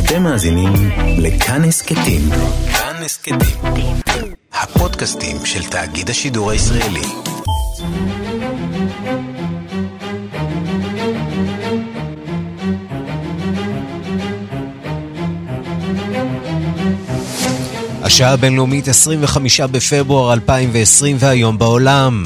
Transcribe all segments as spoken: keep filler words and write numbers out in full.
אתם מאזינים לכאן הסקטים. כאן הסקטים, הפודקאסטים של תאגיד השידור הישראלי. השעה הבינלאומית עשרים וחמישה בפברואר אלפיים ועשרים והיום בעולם.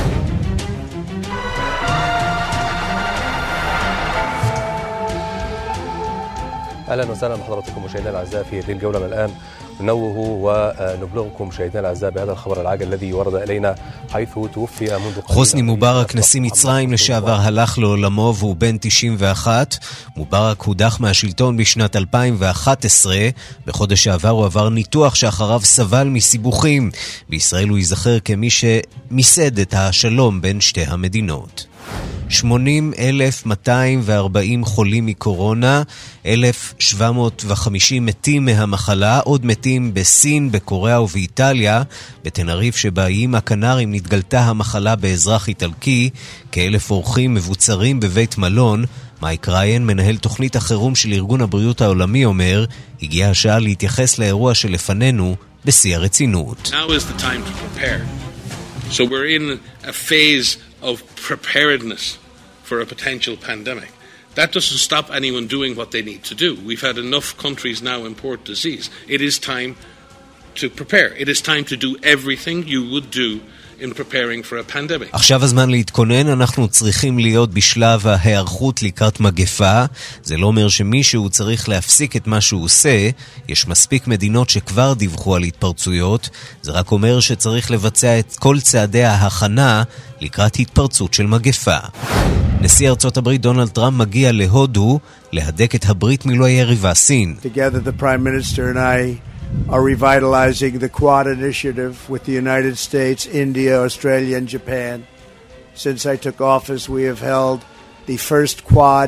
أهلا وسهلا بحضراتكم مشاهدينا الأعزاء في هذه الجولة من الآن ننوه ونبلغكم مشاهدينا الأعزاء بهذا الخبر العاجل الذي ورد إلينا حيث توفي منذ قليل. חוסני מובארק, נשיא מצרים לשעבר, הלך לעולמו והוא בן תשעים ואחת. מובארק הודח מהשלטון בשנת אלפיים ואחת עשרה. בחודש שעבר הוא עבר ניתוח שאחריו סבל מסיבוכים. בישראל הוא ייזכר כמי שמיסד את השלום בין שתי המדינות. שמונים אלף מאתיים וארבעים חולים מקורונה, אלף שבע מאות וחמישים מתים מהמחלה, עוד מתים בסין, בקוריאה ובאיטליה. בתנריף שבאיים הקנרים נתגלתה המחלה באזרח איטלקי. כאלף אורחים מבוצרים בבית מלון. מייק ריין, מנהל תוכנית החירום של ארגון הבריאות העולמי, אומר, הגיעה השעה להתייחס לאירוע שלפנינו בשיא הרצינות. Now is the time to prepare. So we're in a phase of preparedness for a potential pandemic. That doesn't stop anyone doing what they need to do. We've had enough countries now import disease. It is time to prepare. It is time to do everything you would do in preparing for a pandemic. עכשיו הזמן להתכונן, אנחנו צריכים להיות בשלב ההיערכות לקראת מגפה. זה לא אומר שמישהו צריך להפסיק את מה שהוא עושה. יש מספיק מדינות שכבר דיווחו על התפרצויות. זה רק אומר שצריך לבצע את כל צעדי ההכנה לקראת התפרצות של מגפה. נשיא ארצות הברית דונלד טראמפ מגיע להודו להדק את הברית מלא היריבה סין. Together the Prime Minister and I are revitalizing the Quad initiative with the United States, India, Australia and Japan. Since I took office, we have held the first Quad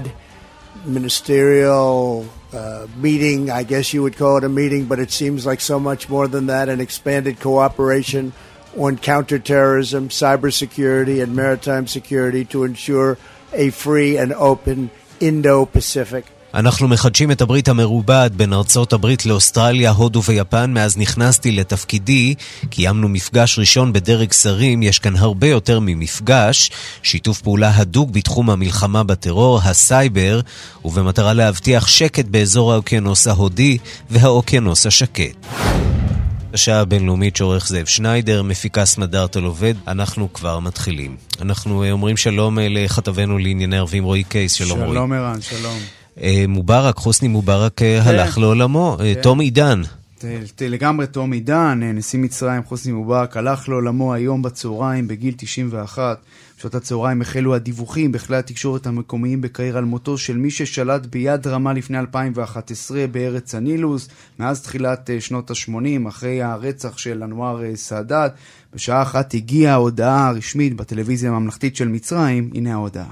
ministerial uh, meeting. I guess you would call it a meeting, but it seems like so much more than that, an expanded cooperation on counterterrorism, cybersecurity and maritime security to ensure a free and open Indo-Pacific. אנחנו מחדשים את הברית המרובעת בין ארצות הברית לאוסטרליה, הודו ויפן. מאז נכנסתי לתפקידי, קיימנו מפגש ראשון בדרג שרים. יש כאן הרבה יותר ממפגש, שיתוף פעולה הדוק בתחום המלחמה בטרור, הסייבר, ובמטרה להבטיח שקט באזור האוקיינוס ההודי והאוקיינוס השקט. השעה הבינלאומית שעורך זאב שניידר, מפיקה סמדארטל עובד. אנחנו כבר מתחילים. אנחנו אומרים שלום לכתבנו לענייני ערבים רועי קייס. שלום רועי. שלום ערן, שלום. מובארק, חוסני מובארק הלך לעולמו. תום עידן. לגמרי תום עידן, נשיא מצרים חוסני מובארק הלך לעולמו היום בצהריים בגיל תשעים ואחת. בשעות הצהריים החלו הדיווחים בכלי התקשורת המקומיים בקהיר על מותו של מי ששלט ביד רמה לפני אלפיים ואחת עשרה בארץ הנילוס, מאז תחילת שנות ה-שמונים, אחרי הרצח של אנואר סאדאת. בשעה אחת הגיעה ההודעה הרשמית בטלוויזיה הממלכתית של מצרים. הנה ההודעה.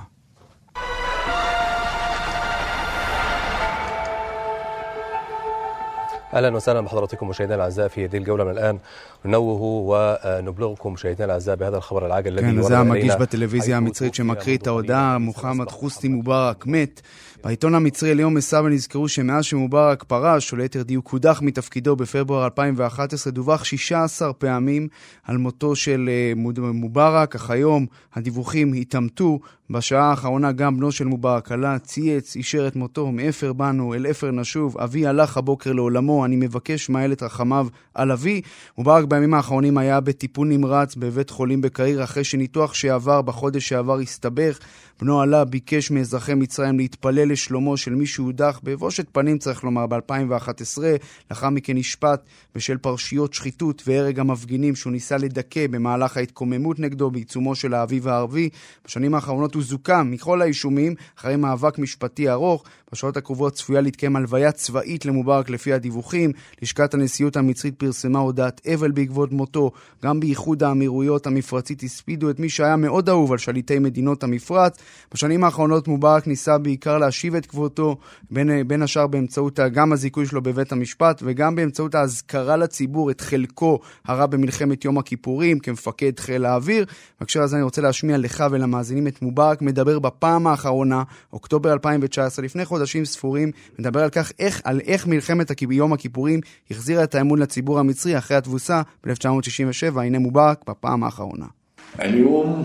أهلا وسهلا بحضراتكم مشاهدينا الأعزاء في هذه الجولة من الآن ننوه ونبلغكم مشاهدينا الأعزاء بهذا الخبر العاجل الذي ورد إلينا. כן, זה המגיש בטלוויזיה המצרית שמקריא את ההודעה, מוחמד חוסני מובארק מת. בעיתון המצרי אליום מסאבה נזכרו שמאז שמובארק פרש, או ליתר דיוק הודח מתפקידו בפברואר אלפיים ואחת עשרה, דווח שישה עשר פעמים על מותו של מובארק, אך היום הדיווחים התאמתו. בשעה האחרונה גם בנו של מובארק עלה, צייץ, אישר את מותו, מאפר בנו אל אפר נשוב, אבי הלך הבוקר לעולמו, אני מבקש מעל את רחמיו על אבי. מובארק בימים האחרונים היה בטיפול נמרץ בבית חולים בקהיר, אחרי שניתוח שעבר בחודש שעבר הסתבך. בנו עלה ביקש מאזרחי מצרים להתפלל לשלומו של מי שהודח בבושת פנים, צריך לומר, ב-אלפיים ואחת עשרה. לאחר מכן נשפט בשל פרשיות שחיתות והרג המפגינים שהוא ניסה לדכא במהלך ההתקוממות נגדו בעיצומו של האביב הערבי. בשנים האחרונות הוא זוקם מכל האישומים אחרי מאבק משפטי ארוך. בשעות הקרובות צפויה להתקיים הלוויה צבאית למובארק לפי הדיווחים. לשכת הנשיאות המצרית פרסמה הודעת אבל בעקבות מותו. גם באיחוד האמירויות המפרצית הספידו את מי שהיה מאוד אהוב על שליטי מדינות המפרץ. בשנים האחרונות מובארק ניסה בעיקר להשיב את כבודו, בין, בין השאר באמצעות גם הזיכוי שלו בבית המשפט, וגם באמצעות ההזכרה לציבור את חלקו הרע במלחמת יום הכיפורים, כמפקד חיל האוויר. בהקשר הזה אני רוצה להשמיע לך ולמאזינים את מובארק מדבר בפעם האחרונה, אוקטובר אלפיים תשע עשרה, לפני חודשים ספורים, מדבר על כך, איך, על איך מלחמת יום הכיפורים החזירה את האמון לציבור המצרי אחרי התבוסה ב-אלף תשע מאות שישים ושבע. הנה מובארק בפעם האחרונה. اليوم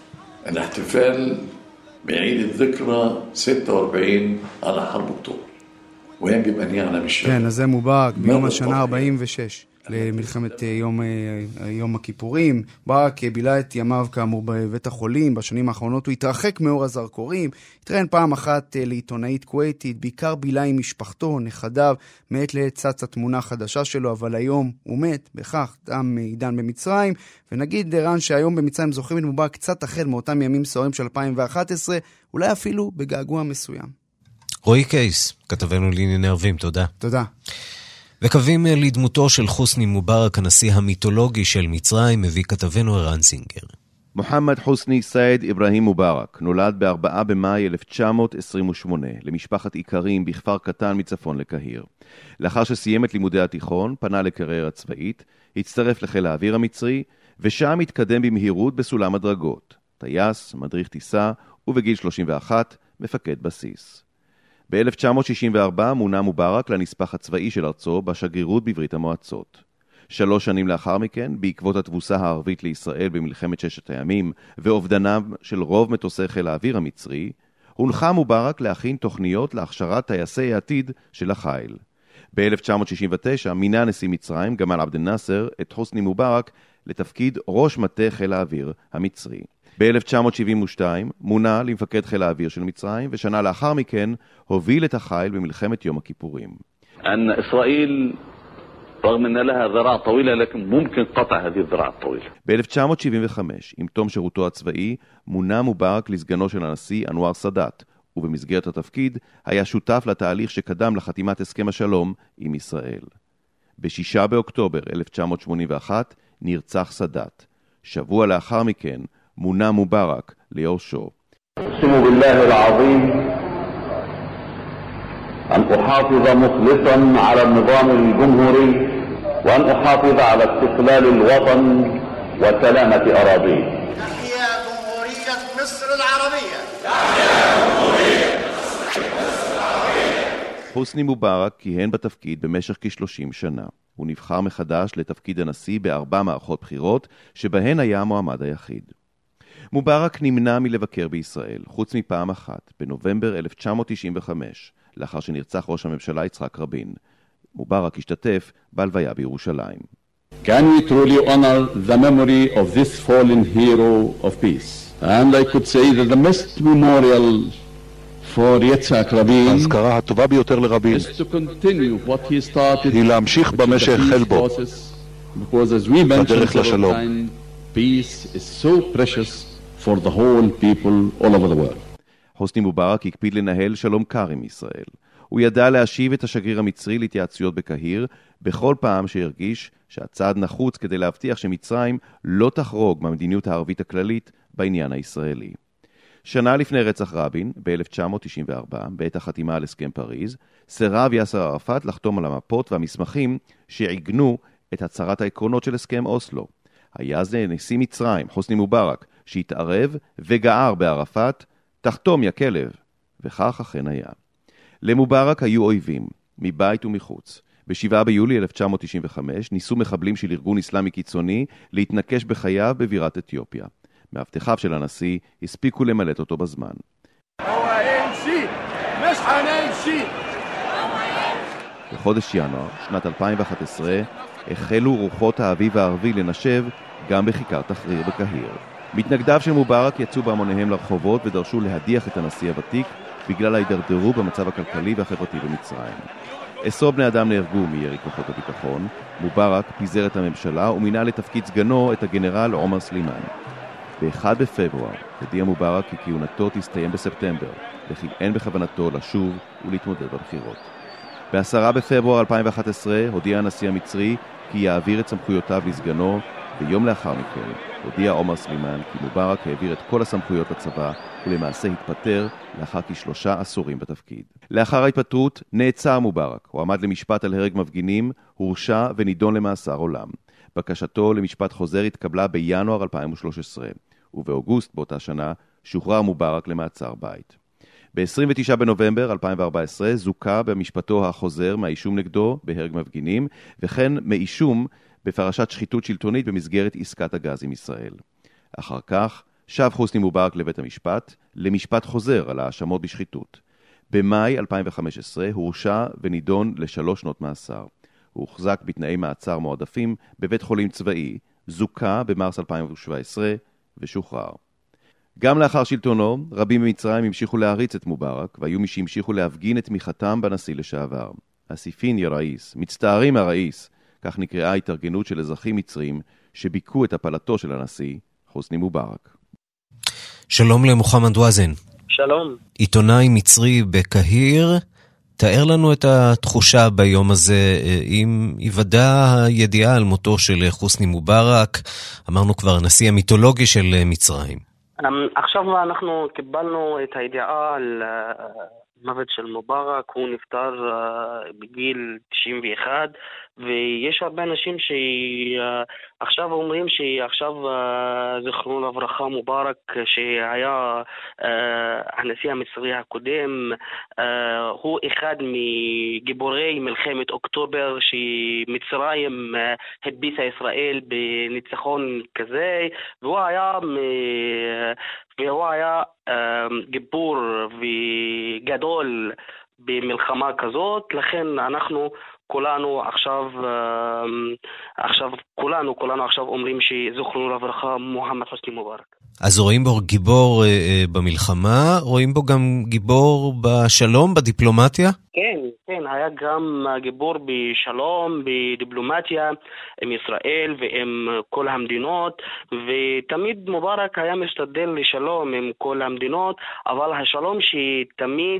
الاحتفال بعيد الذكرى ستة وأربعين على حرب أكتوبر ويجب أن يعلم الشعب. כן, אז זה מובארק ביום השנה ארבעים ושש למלחמת יום, יום הכיפורים. מובארק בילה את ימיו כאמור בבית החולים. בשנים האחרונות הוא התרחק מאור הזרקורים, התראיין פעם אחת לעיתונאית כווייתית, בעיקר בילה עם משפחתו, נכדיו, מעת לעת צצה תמונה חדשה שלו, אבל היום הוא מת, בכך תם עידן במצרים. ונגיד דרן שהיום במצרים זוכרים את מובארק קצת אחר מאותם ימים סוערים של אלפיים ואחת עשרה, אולי אפילו בגעגוע מסוים. רועי קייס, כתבנו לענייני ערבים, תודה. תודה. וקווים לדמותו של חוסני מובארק, הנשיא המיתולוגי של מצרים, מביא כתבנו ערן זינגר. מוחמד חוסני סייד אברהים מובארק נולד ב-ארבעה במאי אלף תשע מאות עשרים ושמונה למשפחת עיקרים בכפר קטן מצפון לקהיר. לאחר שסיים את לימודי התיכון, פנה לקריירה צבאית, הצטרף לחיל האוויר המצרי, ושם התקדם במהירות בסולם הדרגות. טייס, מדריך טיסה, ובגיל שלושים ואחת מפקד בסיס. ב-אלף תשע מאות שישים וארבע מונה מובארק לנספח הצבאי של ארצו בשגרירות בברית המועצות. שלוש שנים לאחר מכן, בעקבות התבוסה הערבית לישראל במלחמת ששת הימים ואובדנם של רוב מטוסי חיל האוויר המצרי, הונחה מובארק להכין תוכניות להכשרת טייסי העתיד של החיל. ב-אלף תשע מאות שישים ותשע מינה נשיא מצרים גמאל עבד אל-נאצר את חוסני מובארק לתפקיד ראש מטה חיל האוויר המצרי. ב-אלף תשע מאות שבעים ושתיים מונה למפקד חיל האוויר של מצרים, ושנה לאחר מכן הוביל את החיל במלחמת יום הכיפורים. أن إسرائيل رغم أن لها ذراع طويلة لكن ممكن قطع هذه الذراع الطويلة. ב-אלף תשע מאות שבעים וחמש, עם תום שירותו הצבאי, מונה מובארק לסגנו של הנשיא אנואר סאדאת, ובמסגרת התפקיד היה שותף לתהליך שקדם לחתימת הסכם השלום עם ישראל. בשישה באוקטובר אלף תשע מאות שמונים ואחת נרצח סאדאת. שבוע לאחר מכן מונה מובארק ליורשו. أقسم بالله العظيم أن أحافظ مخلصا على النظام الجمهوري وأن أحافظ على استقلال الوطن وسلامة أراضيه. تحيا جمهورية مصر العربية. חוסני מובארק כיהן בתפקיד במשך כ-שלושים שנה. הוא נבחר מחדש לתפקיד הנשיא בארבע מערכות בחירות, שבהן היה המועמד היחיד. מובארק נמנע מלבקר בישראל, חוץ מפעם אחת, בנובמבר אלף תשע מאות תשעים וחמש, לאחר שנרצח ראש הממשלה יצחק רבין. מובארק השתתף בהלוויה בירושלים. Can we truly honor the memory of this fallen hero of peace? And I could say that the best memorial for Yitzhak Rabin ההזכרה הטובה ביותר לרבין is to continue what he started היא להמשיך במה שהחל בו because as we mentioned בדרך לשלום. peace is so precious for the whole people all over the world. חוסני מובארק הקפיד לנהל שלום קר עם ישראל. הוא ידע להשיב את השגריר המצרי להתייעצויות בקהיר בכל פעם שהרגיש שהצעד נחוץ כדי להבטיח שמצרים לא תחרוג מהמדיניות הערבית הכללית בעניין הישראלי. שנה לפני רצח רבין, ב-אלף תשע מאות תשעים וארבע, בעת החתימה על הסכם פריז, סירב יאסר ערפאת לחתום על המפות והמסמכים שעיגנו את הצהרת העקרונות של הסכם אוסלו. היה זה נשיא מצרים, חוסני מובארק, שהתערב וגער בערפאת, תחתום יא כלב, וכך אכן היה. למובארק היו אויבים, מבית ומחוץ. ב-שבעה ביולי אלף תשע מאות תשעים וחמש ניסו מחבלים של ארגון אסלאמי קיצוני להתנקש בחייו בבירת אתיופיה. מאבטחיו של הנשיא הספיקו למלט אותו בזמן. בחודש ינואר, שנת אלפיים ואחת עשרה, החלו רוחות האביב הערבי לנשב גם בכיכר תחריר בקהיר. מתנגדיו של מובארק יצאו בהמוניהם לרחובות ודרשו להדיח את הנשיא הוותיק בגלל ההידרדרות במצב הכלכלי והחברתי במצרים. עשרות בני אדם נהרגו מירי כוחות הביטחון. מובארק פיזר את הממשלה ומינה לתפקיד סגנו את הגנרל עומר סלימאן. ב-אחד בפברואר הודיע מובארק כי כהונתו תסתיים בספטמבר, וכי אין בכוונתו לשוב ולהתמודד בבחירות. ב-עשרה בפברואר אלפיים ואחת עשרה הודיע הנשיא המצרי כי יעביר את סמכויותיו לסגנו, ויום לאחר מכן הודיע עומר סלימאן כי מובארק העביר את כל הסמכויות לצבא ולמעשה התפטר לאחר כשלושה עשורים בתפקיד. לאחר ההתפטרות נעצר מובארק, הוא עמד למשפט על הרג מפגינים, הורשע ונידון למאסר עולם. בקשתו למשפט חוזר התקבלה בינואר אלפיים ושלוש עשרה, ובאוגוסט באותה שנה שוחרר מובארק למעצר בית. ב-עשרים ותשעה בנובמבר אלפיים וארבע עשרה זוכה במשפטו החוזר מהאישום נגדו בהרג מפגינים, וכן מאישום בפרשת שחיתות שלטונית במסגרת עסקת הגז עם ישראל. אחר כך שב חוסני מובארק לבית המשפט למשפט חוזר על האשמות בשחיתות. במאי אלפיים וחמש עשרה הורשע ונידון לשלוש שנות מאסר. הוא הוחזק בתנאי מעצר מועדפים בבית חולים צבאי, זוכה במרס אלפיים ושבע עשרה ושוחרר. גם לאחר שלטונו, רבים במצרים המשיכו להריץ את מובארק, והיו מי שהמשיכו להפגין את תמיכתם בנשיא לשעבר. אסיפין יא ראיס, מצטערים הראיס, כך נקראה התארגנות של אזרחים מצרים שביקו את הפלתו של הנשיא, חוסני מובארק. שלום למוחמד ווזן. שלום. עיתונאי מצרי בקהיר, תאר לנו את התחושה ביום הזה, אם היוודע הידיעה על מותו של חוסני מובארק, אמרנו כבר הנשיא המיתולוגי של מצרים. עכשיו אנחנו קיבלנו את הידיעה על מוות של מובארק, הוא נפטר בגיל תשעים ואחת, ויש הרבה אנשים שעכשיו אומרים שעכשיו זכרו לברכה מובארק שהיה הנשיא המצרי הקודם, הוא אחד מגיבורי מלחמת אוקטובר שמצרים הדביסה ישראל בניצחון כזה, והוא היה והוא היה גיבור וגדול במלחמה כזאת, לכן אנחנו כולנו עכשיו, עכשיו כולנו, כולנו עכשיו אומרים שזכרו לברכה מוחמד חוסני מובארק. אז רואים בו גיבור במלחמה, רואים בו גם גיבור בשלום, בדיפלומטיה? כן, כן, היה גם גיבור בשלום, בדיפלומטיה עם ישראל ועם כל המדינות, ותמיד מובארק היה משתדל לשלום עם כל המדינות, אבל השלום שתמיד,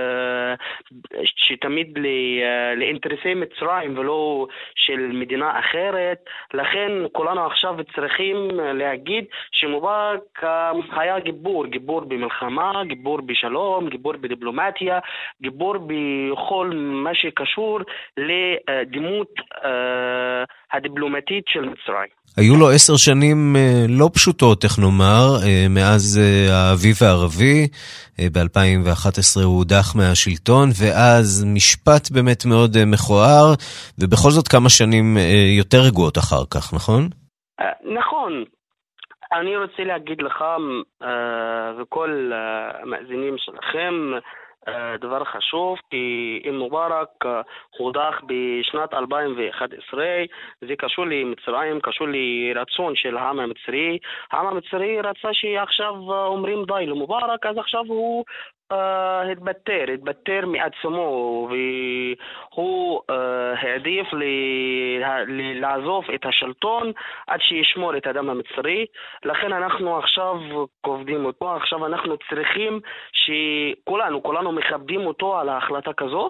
שתמיד לאינטרסי מצרים ולא של מדינה אחרת, לכן כולנו עכשיו צריכים להגיד שמובארק היה גיבור, גיבור במלחמה, גיבור בשלום, גיבור בדיפלומטיה, גיבור בכל מה שקשור לדמות הדיפלומטית של מצרים. היו לו עשר שנים לא פשוטות, איך נאמר, מאז האביב הערבי, ב-אלפיים ואחת עשרה הוא הודח מהשלטון, ואז משפט באמת מאוד מכוער, ובכל זאת כמה שנים יותר רגועות אחר כך, נכון? נכון. אני רוצה להגיד לך וכל המאזינים שלכם דבר חשוב, כי אם מובארק הודח בשנת אלפיים ואחת עשרה, זה קשור למצרים, קשור לרצון של העם המצרי. העם המצרי רצה שעכשיו אומרים די למובארק, אז עכשיו הוא התבטר, התבטר מעצמו, והוא העדיף לעזוב את השלטון עד שישמור את הדם המצרי. לכן אנחנו עכשיו כובדים אותו, עכשיו אנחנו צריכים שכולנו, כולנו מכבדים אותו על ההחלטה כזו,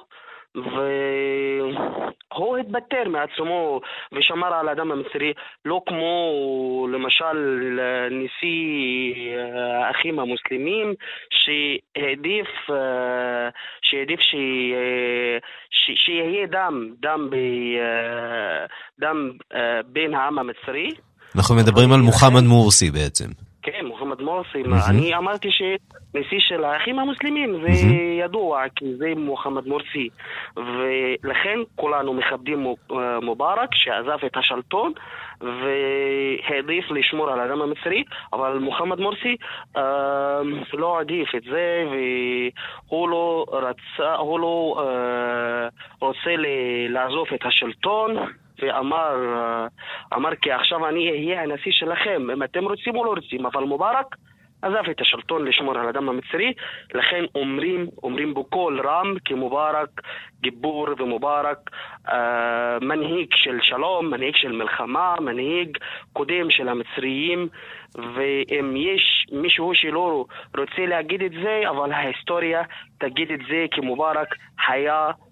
והוא התבטר מעצמו ושמר על האדם המצרי, לא כמו למשל נשיא האחים המוסלמים שהעדיף שהעדיף ש... ש... שיהיה דם דם ב... דם בין העם המצרי. אנחנו מדברים על מוחמד מורסי בעצם. כן, מוחמד מורסי. אני אמרתי שנשיא של האחים המוסלמים זה ידוע, כי זה מוחמד מורסי, ולכן כולנו מכבדים מובארק שעזב את השלטון והעדיף לשמור על האדם המצרי, אבל מוחמד מורסי אה, לא עדיף את זה, והוא לא רצה, הוא לא אה, רוצה לעזוב את השלטון, ואמר אמר כי עכשיו אני אהיה הנשיא שלכם, אם אתם רוצים או לא רוצים, אבל מובארק עזב את השלטון לשמור על האדם המצרי. לכן אומרים אומרים בקול רם כי מובארק גיבור, ומובארק אה, מנהיג של שלום, מנהיג של מלחמה, מנהיג קודם של המצריים. ואם יש מישהו שלא רוצה להגיד את זה, אבל ההיסטוריה תגיד את זה, כי מובארק היה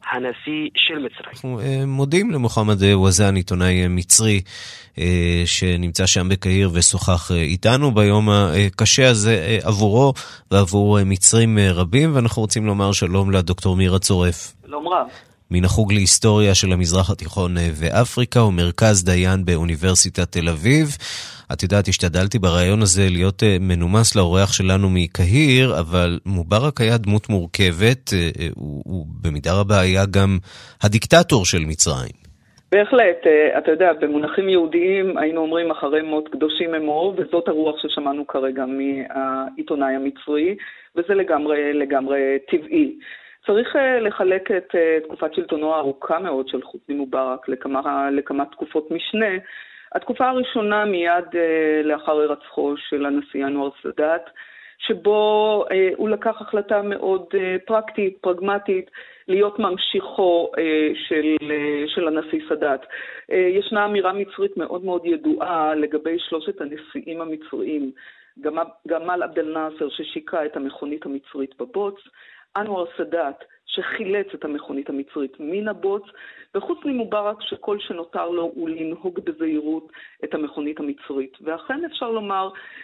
הנשיא של מצרים. אנחנו מודים למוחמד וזן, עיתונאי מצרי שנמצא שם בקהיר ושוחח איתנו ביום הקשה הזה עבורו ועבור מצרים רבים, ואנחנו רוצים לומר שלום לדוקטור מירה צורף. שלום רב. מן החוג להיסטוריה של המזרח התיכון ואפריקה ומרכז דיין באוניברסיטת תל אביב. את יודעת, השתדלתי ברעיון הזה להיות מנומס לאורח שלנו מקהיר, אבל מובארק היה דמות מורכבת, הוא, הוא במידה רבה היה גם הדיקטטור של מצרים. בהחלט, אתה יודע, במונחים יהודיים היינו אומרים אחרי מות קדושים אמור, וזאת הרוח ששמענו כרגע מהעיתונאי המצרי, וזה לגמרי, לגמרי טבעי. צריך לחלק את תקופת שלטונו הארוכה מאוד של חוסני מובארק לכמה, לכמה תקופות משנה. התקופה הראשונה מיד לאחר הרצחו של הנשיא אנואר סאדאת, שבו הוא לקח החלטה מאוד פרקטית, פרגמטית, להיות ממשיכו של, של הנשיא סאדאת. ישנה אמירה מצרית מאוד מאוד ידועה לגבי שלושת הנשיאים המצריים, גמל עבד אל-נאצר ששיקע את המכונית המצרית בבוץ, אנואר סאדאת שחילץ את המכונית המצרית מן הבוץ, וחוסני מובארק שכל שנותר לו הוא לנהוג בזהירות את המכונית המצרית. ואכן אפשר לומר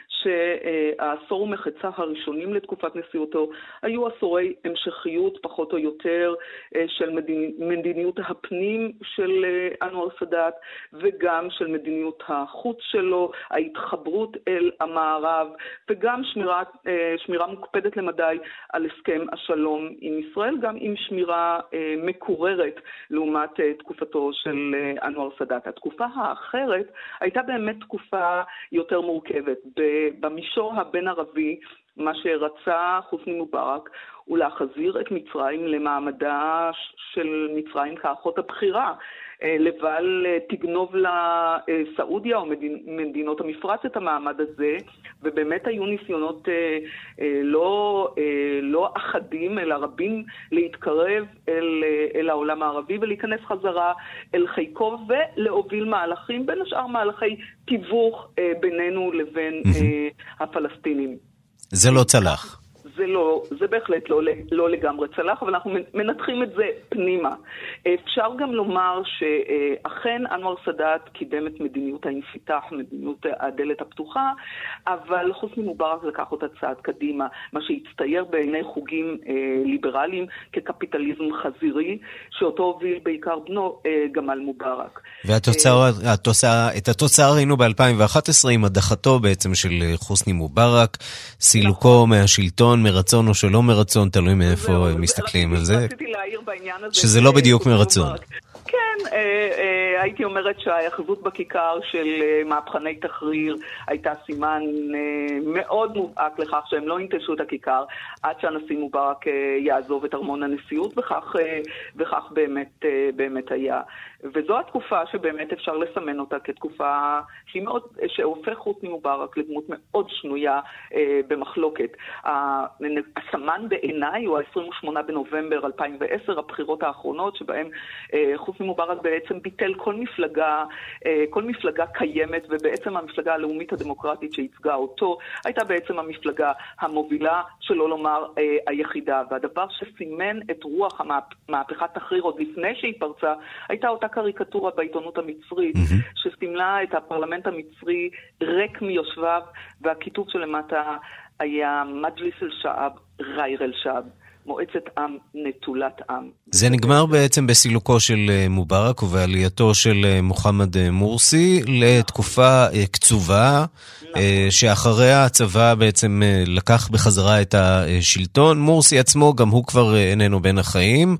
שהעשור ומחצה הראשונים לתקופת נשיאותו היו עשורי המשכיות פחות או יותר של מדיניות הפנים של אנואר סאדאת וגם של מדיניות החוץ שלו, ההתחברות אל המערב וגם שמירה, שמירה מוקפדת למדי על הסכם השלום עם ישראל, גם עם שמירה מקוררת לעומת תקופתו של אנואר סאדאת. התקופה האחרת הייתה באמת תקופה יותר מורכבת. במישור הבין ערבי, מה שרצה חוסני מובארק הוא להחזיר את מצרים למעמדה של מצרים כאחות הבחירה, לבל תגנוב לסעודיה או מדינות המפרץ את המעמד הזה, ובאמת היו ניסיונות לא, לא אחדים אלא רבים להתקרב אל, אל העולם הערבי ולהיכנס חזרה אל חיקו ולהוביל מהלכים, בין השאר מהלכי תיווך בינינו לבין הפלסטינים. זה לא צלח. זה לא, זה בהחלט לא, לא לגמרי צלח, אבל אנחנו מנתחים את זה פנימה. אפשר גם לומר שאכן אנואר סאדאת קידם את מדיניות האינפיתח, מדיניות הדלת הפתוחה, אבל חוסני מובארק לקח אותה צעד קדימה, מה שהצטייר בעיני חוגים אה, ליברליים כקפיטליזם חזירי, שאותו הוביל בעיקר בנו אה, גמל מובארק. והתוצאה, התוצאה, את התוצאה ראינו ב-אלפיים ואחת עשרה עם הדחתו בעצם של חוסני מובארק, סילוקו מהשלטון, מרצון או שלא מרצון, תלוי מאיפה מסתכלים על זה, שזה לא בדיוק מרצון. כן, הייתי אומרת שההיאחזות בכיכר של מהפכני תחריר הייתה סימן מאוד מובהק לכך שהם לא ינטשו את הכיכר עד שהנשיא מובארק יעזוב את ארמון הנשיאות, וכך, וכך באמת, באמת היה. וזו התקופה שבאמת אפשר לסמן אותה כתקופה שהיא מאוד, שהופך חוסני מובארק לדמות מאוד שנויה אה, במחלוקת. הסמן בעיניי הוא ה-עשרים ושמונה בנובמבר אלפיים ועשר, הבחירות האחרונות שבהם אה, חוסני מובארק בעצם ביטל כל מפלגה, אה, כל מפלגה קיימת, ובעצם המפלגה הלאומית הדמוקרטית שייצגה אותו הייתה בעצם המפלגה המובילה, שלא לומר אה, היחידה. והדבר שסימן את רוח המהפכת תחריר עוד לפני שהיא פרצה הייתה אותה קריקטורה בעיתונות המצרית, mm-hmm. שסמלה את הפרלמנט המצרי ריק מיושביו, והכיתוב שלמטה היה מג'ליס אל-שעב, רייר אל-שעב, מועצת עם נטולת עם. זה נגמר בעצם בסילוקו של מובארק ובעלייתו של מוחמד מורסי לתקופה קצובה, שאחריה הצבא בעצם לקח בחזרה את השלטון. מורסי עצמו גם הוא כבר איננו בין החיים.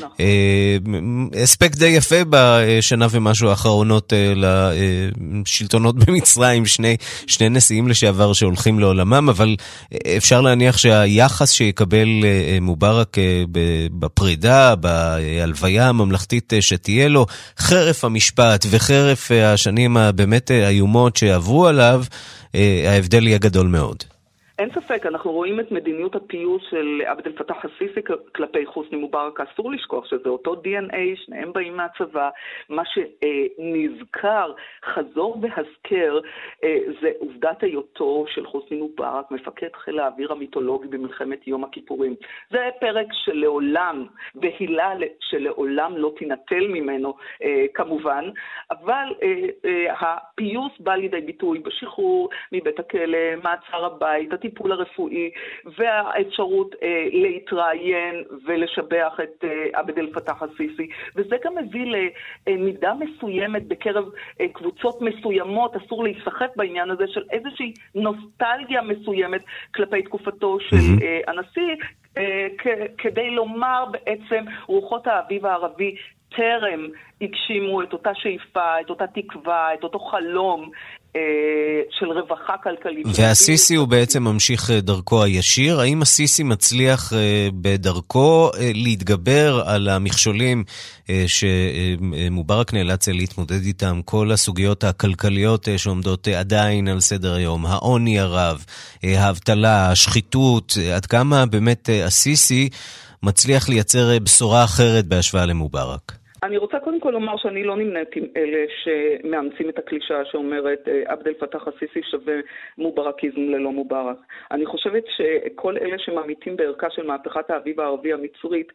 אספקט די יפה בשנה ומשהו האחרונות לשלטונות במצרים, שני, שני נשיאים לשעבר שהולכים לעולמם, אבל אפשר להניח שהיחס שיקבל מובארק בפרידה, בהלוויה הממלכתית שתהיה לו, חרף המשפט וחרף השנים הבאמת איומות שעברו עליו, ההבדל יהיה גדול מאוד. אין ספק, אנחנו רואים את מדיניות הפיוס של עבד אל פתח א-סיסי כלפי חוסני מובארק. אסור לשכוח שזה אותו די אן איי, שניהם באים מהצבא. מה שנזכר, חזור והזכר, זה עובדת היותו של חוסני מובארק, מפקד חיל האוויר המיתולוגי במלחמת יום הכיפורים. זה פרק שלעולם, בהילה שלעולם לא תינטל ממנו, כמובן, אבל הפיוס בא לידי ביטוי בשחרור מבית הכלא, מעצר הבית, הטיפול הרפואי והאפשרות אה, להתראיין ולשבח את אה, עבד אל פתח א-סיסי, וזה גם מביא למידה מסוימת בקרב אה, קבוצות מסוימות. אסור להיסחף בעניין הזה של איזושהי נוסטלגיה מסוימת כלפי תקופתו של mm-hmm. אה, הנשיא, אה, כ- כדי לומר בעצם רוחות האביב הערבי טרם הגשימו את אותה שאיפה, את אותה תקווה, את אותו חלום של רווחה כלכלית. והסיסי הוא בעצם ממשיך דרכו הישיר. האם הסיסי מצליח בדרכו להתגבר על המכשולים שמובארק נאלץ להתמודד איתם, כל הסוגיות הכלכליות שעומדות עדיין על סדר היום, העוני הרב, האבטלה, השחיתות, עד כמה באמת הסיסי מצליח לייצר בשורה אחרת בהשוואה למובארק? אני רוצה קודם כל לומר שאני לא נמנית עם אלה שמאמצים את הקלישה שאומרת עבד אל פתח א-סיסי שווה מובארקיזם ללא מובארק. אני חושבת שכל אלה שמאמיתים בערכה של מהפכת האביב הערבי המצרית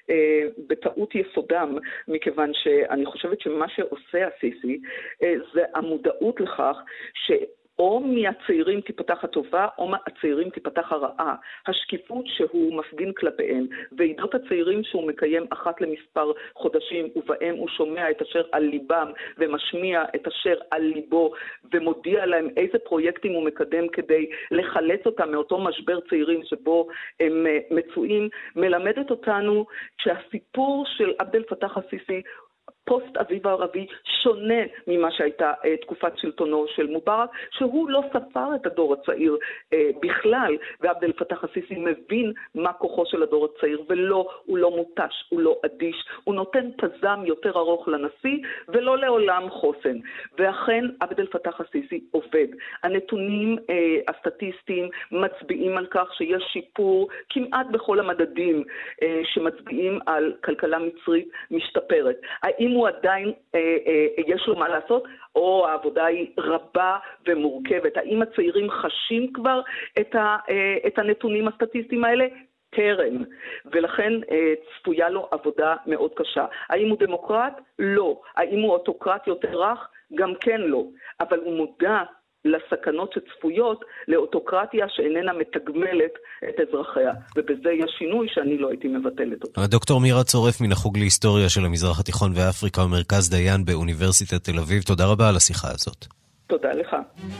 בטעות יסודם, מכיוון שאני חושבת שמה שעושה א-סיסי זה המודעות לכך ש... או מהצעירים תיפתח הטובה, או מהצעירים תיפתח הרעה. השקיפות שהוא מפגין כלפיהם, ועידות הצעירים שהוא מקיים אחת למספר חודשים, ובהם הוא שומע את אשר על ליבם, ומשמיע את אשר על ליבו, ומודיע להם איזה פרויקטים הוא מקדם כדי לחלץ אותם מאותו משבר צעירים שבו הם מצויים, מלמדת אותנו שהסיפור של עבד אל פתח א-סיסי פוסט אביב הערבי שונה ממה שהייתה אה, תקופת שלטונו של מובארק, שהוא לא ספר את הדור הצעיר אה, בכלל, ועבד אל פתח א-סיסי מבין מה כוחו של הדור הצעיר, ולא, הוא לא מוטש, הוא לא אדיש, הוא נותן פזם יותר ארוך לנשיא, ולא לעולם חוסן. ואכן עבד אל פתח א-סיסי עובד. הנתונים אה, הסטטיסטיים מצביעים על כך שיש שיפור כמעט בכל המדדים אה, שמצביעים על כלכלה מצרית משתפרת. האם הוא עדיין, אה, אה, יש לו מה לעשות, או העבודה היא רבה ומורכבת? האם הצעירים חשים כבר את, ה, אה, את הנתונים הסטטיסטיים האלה? טרם, ולכן אה, צפויה לו עבודה מאוד קשה. האם הוא דמוקרט? לא. האם הוא אוטוקרט יותר רך? גם כן לא. אבל הוא מודע לסכנות שצפויות לאוטוקרטיה שאיננה מתגמלת את אזרחיה, ובזה יש שינוי שאני לא הייתי מבטלת אותו. הדוקטור מירה צורף מן החוג להיסטוריה של המזרח התיכון ואפריקה ומרכז דיין באוניברסיטת תל אביב, תודה רבה על השיחה הזאת. תודה לך.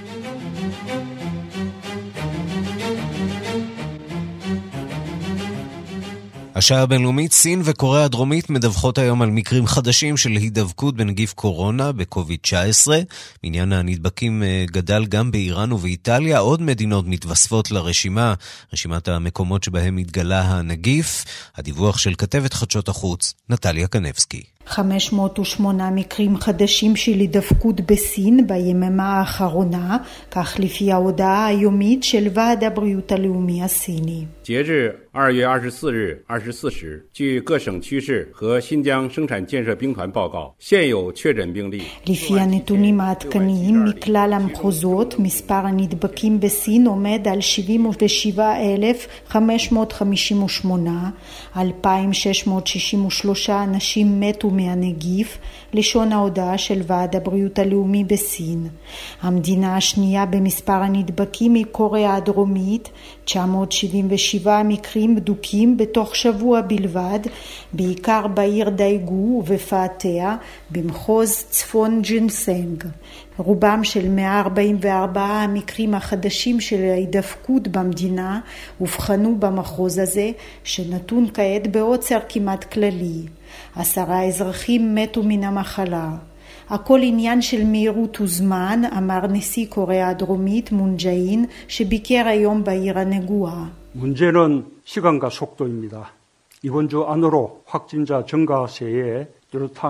השעה הבינלאומית, סין וקוריאה הדרומית מדווחות היום על מקרים חדשים של הידבקות בנגיף קורונה בקוביד תשע עשרה. מניין הנדבקים גדל גם באיראן ובאיטליה. עוד מדינות מתווספות לרשימה, רשימת המקומות שבהם התגלה הנגיף. הדיווח של כתבת חדשות החוץ, נטליה קנבסקי. חמש מאות ושמונה מקרים חדשים של הידבקות בסין ביממה האחרונה, כך לפי ההודעה היומית של ועד הבריאות הלאומי הסיני. 截至二月二十四日二十四时，据各省区市和新疆生产建设兵团报告，现有确诊病例。 לפי הנתונים העדכניים מכלל המחוזות, מספר הנדבקים בסין עומד על שבעים ושבעה אלף חמש מאות חמישים ושמונה, אלפיים שש מאות שישים ושלושה אנשים מתו מהנגיף, לשון ההודעה של ועד הבריאות הלאומי בסין. המדינה השנייה במספר הנדבקים היא קוריאה הדרומית, תשע מאות שבעים ושבעה מקרים בדוקים בתוך שבוע בלבד, בעיקר בעיר דייגו ובפאתיה, במחוז צפון ג'ינסנג. רובם של מאה ארבעים וארבעה המקרים החדשים של ההידבקות במדינה הובחנו במחוז הזה, שנתון כעת בעוצר כמעט כללי. עשרה אזרחים מתו מן המחלה. הכל עניין של מהירות וזמן, אמר נשיא קוריאה הדרומית מון ג'אין, שביקר היום בעיר הנגועה. 문제는 시간과 속도입니다. 이번 주 안으로 확진자 증가 시에 뚜렷한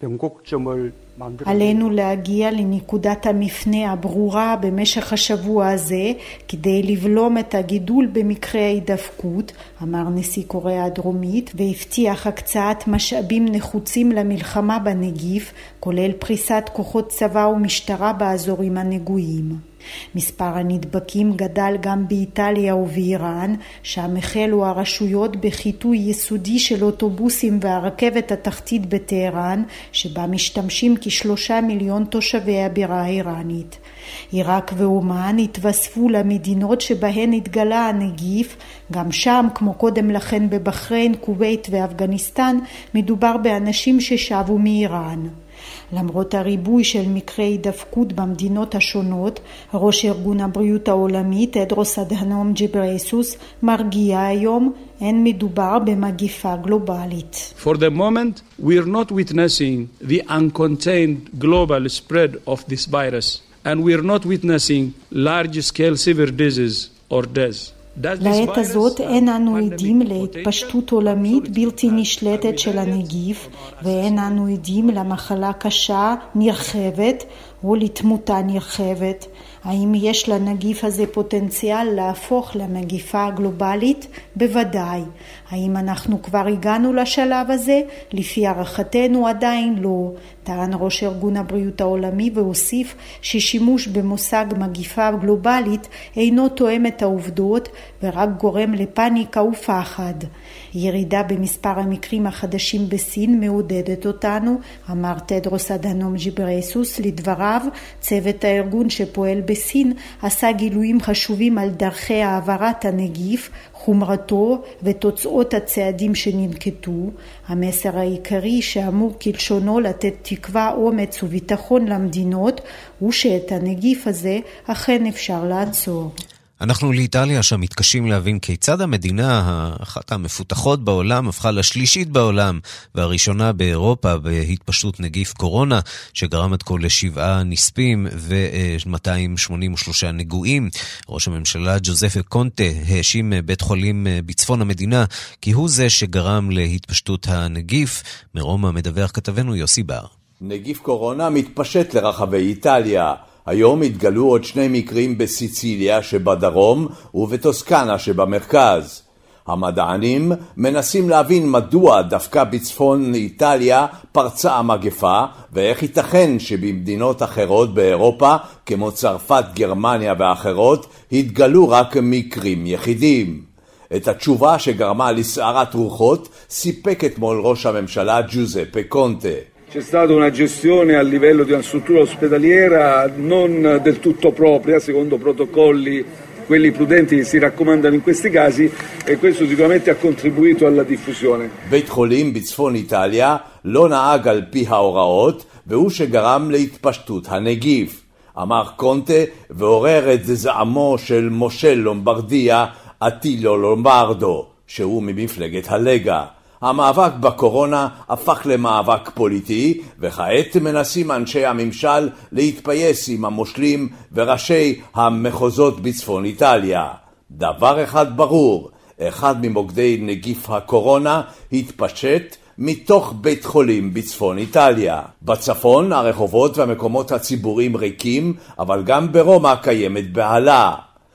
עלינו להגיע לנקודת המפנה הברורה במשך השבוע הזה כדי לבלום את הגידול במקרי ההידבקות, אמר נשיא קוריאה הדרומית, והבטיח הקצאת משאבים נחוצים למלחמה בנגיף, כולל פריסת כוחות צבא ומשטרה באזורים הנגועים. מספר הנדבקים גדל גם באיטליה ובאיראן, שם החלו הרשויות בחיטוי יסודי של אוטובוסים והרכבת התחתית בטהרן, שבה משתמשים כשלושה מיליון תושבי הבירה האיראנית. עיראק ואומן התווספו למדינות שבהן התגלה הנגיף, גם שם, כמו קודם לכן בבחריין, כווית ואפגניסטן, מדובר באנשים ששבו מאיראן. למרות הריבוי של מקרי הידבקות במדינות השונות, ראש ארגון הבריאות העולמי טדרוס אדהנום ג'יברייסוס מרגיע היום, אין מדובר במגיפה גלובלית. For the moment, we are not witnessing the uncontained global spread of this virus, and we are not witnessing large-scale severe disease or death. לעת הזאת אין אנו עדים להתפשטות עולמית בלתי נשלטת של הנגיף, ואין אנו עדים למחלה קשה נרחבת או לתמותה נרחבת. האם יש לנגיף הזה פוטנציאל להפוך למגיפה גלובלית? בוודאי. האם אנחנו כבר הגענו לשלב הזה? לפי הערכתנו עדיין לא. טען ראש ארגון הבריאות העולמי והוסיף ששימוש במושג מגיפה גלובלית אינו תואם את העובדות ורק גורם לפניקה ופחד. ירידה במספר המקרים החדשים בסין מעודדת אותנו, אמר טדרוס אדהנום ג'יברייסוס. לדבריו, צוות הארגון שפועל בסין עשה גילויים חשובים על דרכי העברת הנגיף, חומרתו ותוצאות הצעדים שננקטו. המסר העיקרי שאמור כלשונו לתת תקווה, אומץ וביטחון למדינות הוא שאת הנגיף הזה אכן אפשר לעצור. אנחנו לאיטליה שם מתקשים להבין כיצד המדינה, האחת המפותחות בעולם, הפכה לשלישית בעולם והראשונה באירופה בהתפשטות נגיף קורונה, שגרם עד כה לשבעה נספים ו-מאתיים שמונים ושלושה נגועים. ראש הממשלה ג'וזפה קונטה האשים בית חולים בצפון המדינה כי הוא זה שגרם להתפשטות הנגיף. מרומא מדווח כתבנו יוסי בר. נגיף קורונה מתפשט לרחבי איטליה. היום התגלו עוד שני מקרים בסיציליה שבדרום ובטוסקנה שבמרכז. המדענים מנסים להבין מדוע דווקא בצפון איטליה פרצה המגפה, ואיך ייתכן שבמדינות אחרות באירופה, כמו צרפת, גרמניה ואחרות, התגלו רק מקרים יחידים. את התשובה שגרמה לסערת רוחות סיפק אתמול ראש הממשלה ג'וזפה קונטה. C'è stata una gestione a livello di una struttura ospedaliera non del tutto propria, secondo protocolli, quelli prudenti che si raccomandano in questi casi, e questo sicuramente ha contribuito alla diffusione. בית חולים בצפון איטליה לא נהג על פי ההוראות, והוא שגרם להתפשטות הנגיף. אמר קונטה ועורר את זעמו של מושל לומברדיה, אטילו לומברדו, שהוא ממפלגת הלגה. המאבק בקורונה הפך למאבק פוליטי, וכעת מנסים אנשי הממשל להתפייס עם המושלים וראשי המחוזות בצפון איטליה. דבר אחד ברור, אחד ממוקדי נגיף הקורונה התפשט מתוך בית חולים בצפון איטליה. בצפון הרחובות והמקומות הציבוריים ריקים, אבל גם ברומא קיימת בהלה.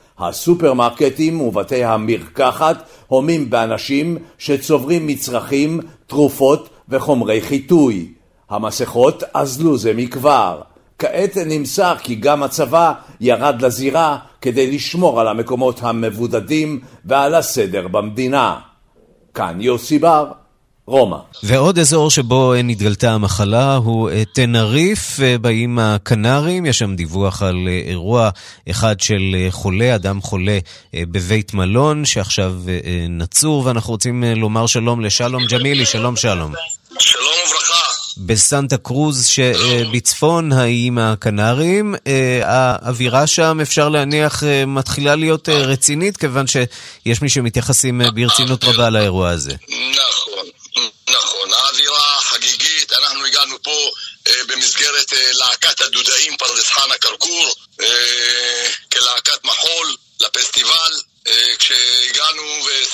הסופרמרקטים ובתי המרקחת הומים באנשים שצוברים מצרכים, תרופות וחומרי חיטוי. המסכות אזלו זה מכבר. כעת נמסר כי גם הצבא ירד לזירה כדי לשמור על המקומות המבודדים ועל הסדר במדינה. כאן יוסי בר, רומא. ועוד אזור שבו נתגלתה המחלה הוא תנריף באיים הקנרים. יש שם דיווח על אירוע אחד של חולה, אדם חולה בבית מלון שעכשיו נצור, ואנחנו רוצים לומר שלום לשלום ג'מילי. שלום שלום. שלום וברכה. בסנטה קרוז שבצפון האיים הקנרים, האווירה שם אפשר להניח מתחילה להיות רצינית, כיוון שיש מי שמתייחסים ברצינות רבה לאירוע הזה. נכון. נכון, האווירה חגיגית. אנחנו הגענו פה אה, במסגרת אה, להקת הדודאים פרדס חנה כרכור, אה, כלהקת מחול לפסטיבל. אה, כשהגענו ושמנו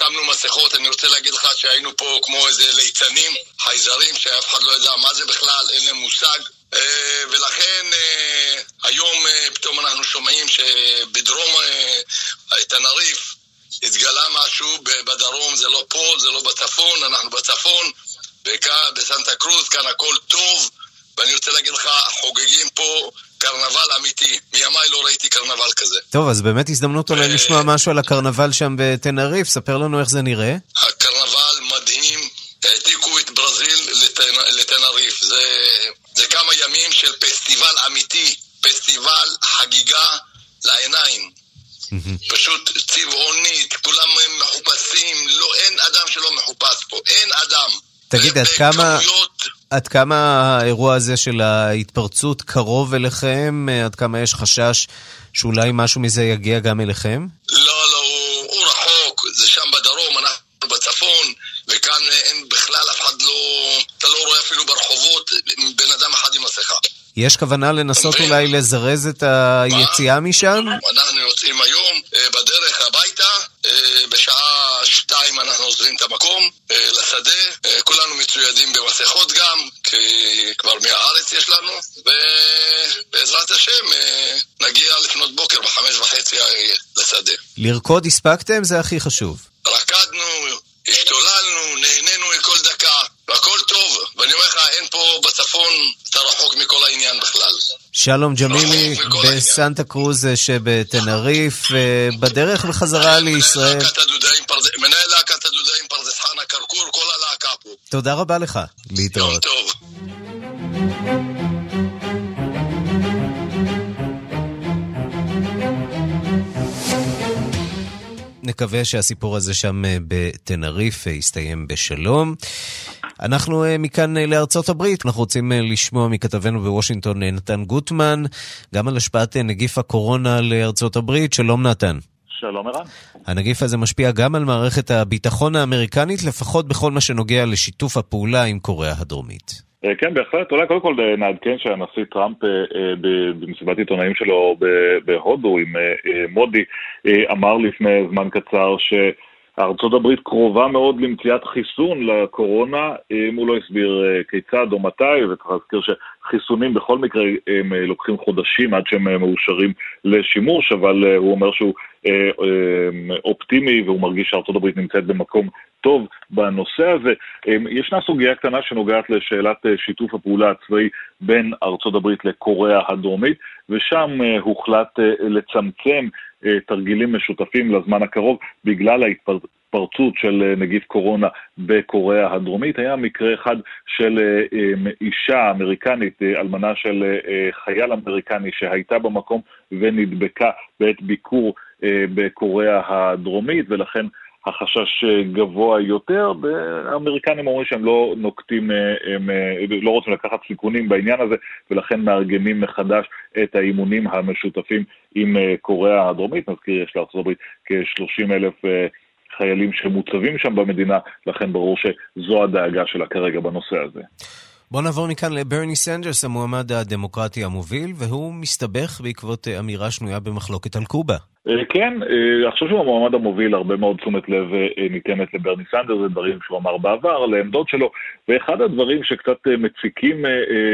מסכות, אני רוצה להגיד לך שהיינו פה כמו איזה ליצנים, חייזרים, שאף אחד לא יודע מה זה בכלל, אין להם מושג. ולכן היום פתאום אנחנו שומעים שבדרום תנריף התגלה משהו, בדרום זה לא פה, זה לא בצפון, אנחנו בצפון, וכאן בסנטה קרוז, כאן הכל טוב, ואני רוצה להגיד לך, חוגגים פה קרנבל אמיתי. מימיי לא ראיתי קרנבל כזה. טוב, אז באמת הזדמנות אולי לשמוע משהו על הקרנבל שם בתנריף, ספר לנו איך זה נראה. הקרנבל מדהים, העתיקו את ברזיל לתנריף, זה, זה כמה ימים של פסטיבל אמיתי, פסטיבל חגיגה לעיניים. פשוט צבעונית, כולם מחופשים, לא, אין אדם שלא מחופש פה, אין אדם. תגיד, עד כמה, עד כמה האירוע הזה של ההתפרצות קרוב אליכם? עד כמה יש חשש שאולי משהו מזה יגיע גם אליכם? לא, לא, הוא, הוא רחוק, זה שם בדרום, אנחנו בצפון, וכאן אין בכלל אף אחד לא, אתה לא רואה אפילו ברחובות בן אדם אחד עם מסכה. יש כוונה לנסות אולי לזרז את היציאה משם? אנחנו יוצאים היום בדרך הביתה, בשעה שתיים אנחנו עוזרים את המקום לשדה, כולנו מצוידים במסכות גם, כי כבר מהארץ יש לנו, ובעזרת השם נגיע לפנות בוקר בחמש וחצי לשדה. לרקוד הספקתם? זה הכי חשוב. רקדנו, השתוללנו, נהנינו מכל דקה, והכל טוב, ואני אומר לך, אין פה בצפון, אתה רחוק מכל העניין בכלל. שלום ג'מילי בסנטה קרוז שבתנריף, בדרך בחזרה לישראל. מנהל להקת הדודאים פרדס חנה קרקור, כל הלהקה פה. תודה רבה לך, להתראות. יום טוב. נקווה שהסיפור הזה שם בתנריף יסתיים בשלום. אנחנו מכאן לארצות הברית, אנחנו רוצים לשמוע מכתבנו בוושינגטון נתן גוטמן, גם על השפעת נגיף הקורונה לארצות הברית. שלום נתן. שלום ערן. הנגיף הזה משפיע גם על מערכת הביטחון האמריקנית, לפחות בכל מה שנוגע לשיתוף הפעולה עם קוריאה הדרומית. כן, בהחלט. אולי קודם כל נעדכן שהנשיא טראמפ במסיבת עיתונאים שלו בהודו עם מודי אמר לפני זמן קצר שארצות הברית קרובה מאוד למציאת חיסון לקורונה. הוא לא הסביר כיצד או מתי, וצריך להזכיר שחיסונים בכל מקרה הם לוקחים חודשים עד שהם מאושרים לשימוש, אבל הוא אומר שהוא אופטימי והוא מרגיש שארצות הברית נמצאת במקום טוב בנושא הזה. ישנה סוגיה קטנה שנוגעת לשאלת שיתוף הפעולה הצבאי בין ארצות הברית לקוריאה הדרומית, ושם הוחלט לצמצם תרגילים משותפים לזמן הקרוב בגלל ההתפרצות של נגיף קורונה בקוריאה הדרומית. היה מקרה אחד של אישה אמריקנית, אלמנה של חייל אמריקני שהייתה במקום ונדבקה בעת ביקור בקוריאה הדרומית, ולכן החשש גבוה יותר. האמריקנים אומרים שהם לא נוקטים, הם לא רוצים לקחת סיכונים בעניין הזה, ולכן מארגנים מחדש את האימונים המשותפים עם קוריאה הדרומית. נזכיר, יש לארצות הברית כ-שלושים אלף חיילים שמוצבים שם במדינה, לכן ברור שזו הדאגה שלה כרגע בנושא הזה. בוא נעבור מכאן לברני סנדרס, המועמד הדמוקרטי המוביל, והוא מסתבך בעקבות אמירה שנויה במחלוקת על קובה. כן, עכשיו שהוא המועמד המוביל, הרבה מאוד תשומת לב ניתנת לברני סנדרס, זה דברים שהוא אמר בעבר, לעמדות שלו, ואחד הדברים שקצת מציקים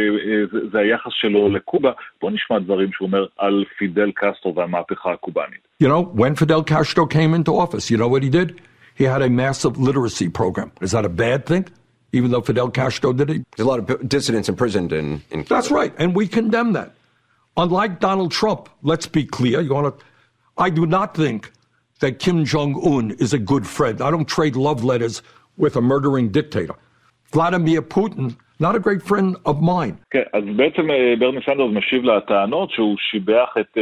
זה היחס שלו לקובה. בוא נשמע דברים שהוא אומר על פידל קסטרו והמהפכה הקובנית. You know, when Fidel Castro came into office, you know what he did? He had a massive literacy program. Is that a bad thing? Even though Fidel Castro did it? There's a lot of dissidents imprisoned in, in Cuba. That's right, and we condemn that. Unlike Donald Trump, let's be clear, you want to, I do not think that Kim Jong-un is a good friend. I don't trade love letters with a murdering dictator. Vladimir Putin, not a great friend of mine. כן, אז בעצם ברני סנדרס משיב לטענות שהוא שיבח את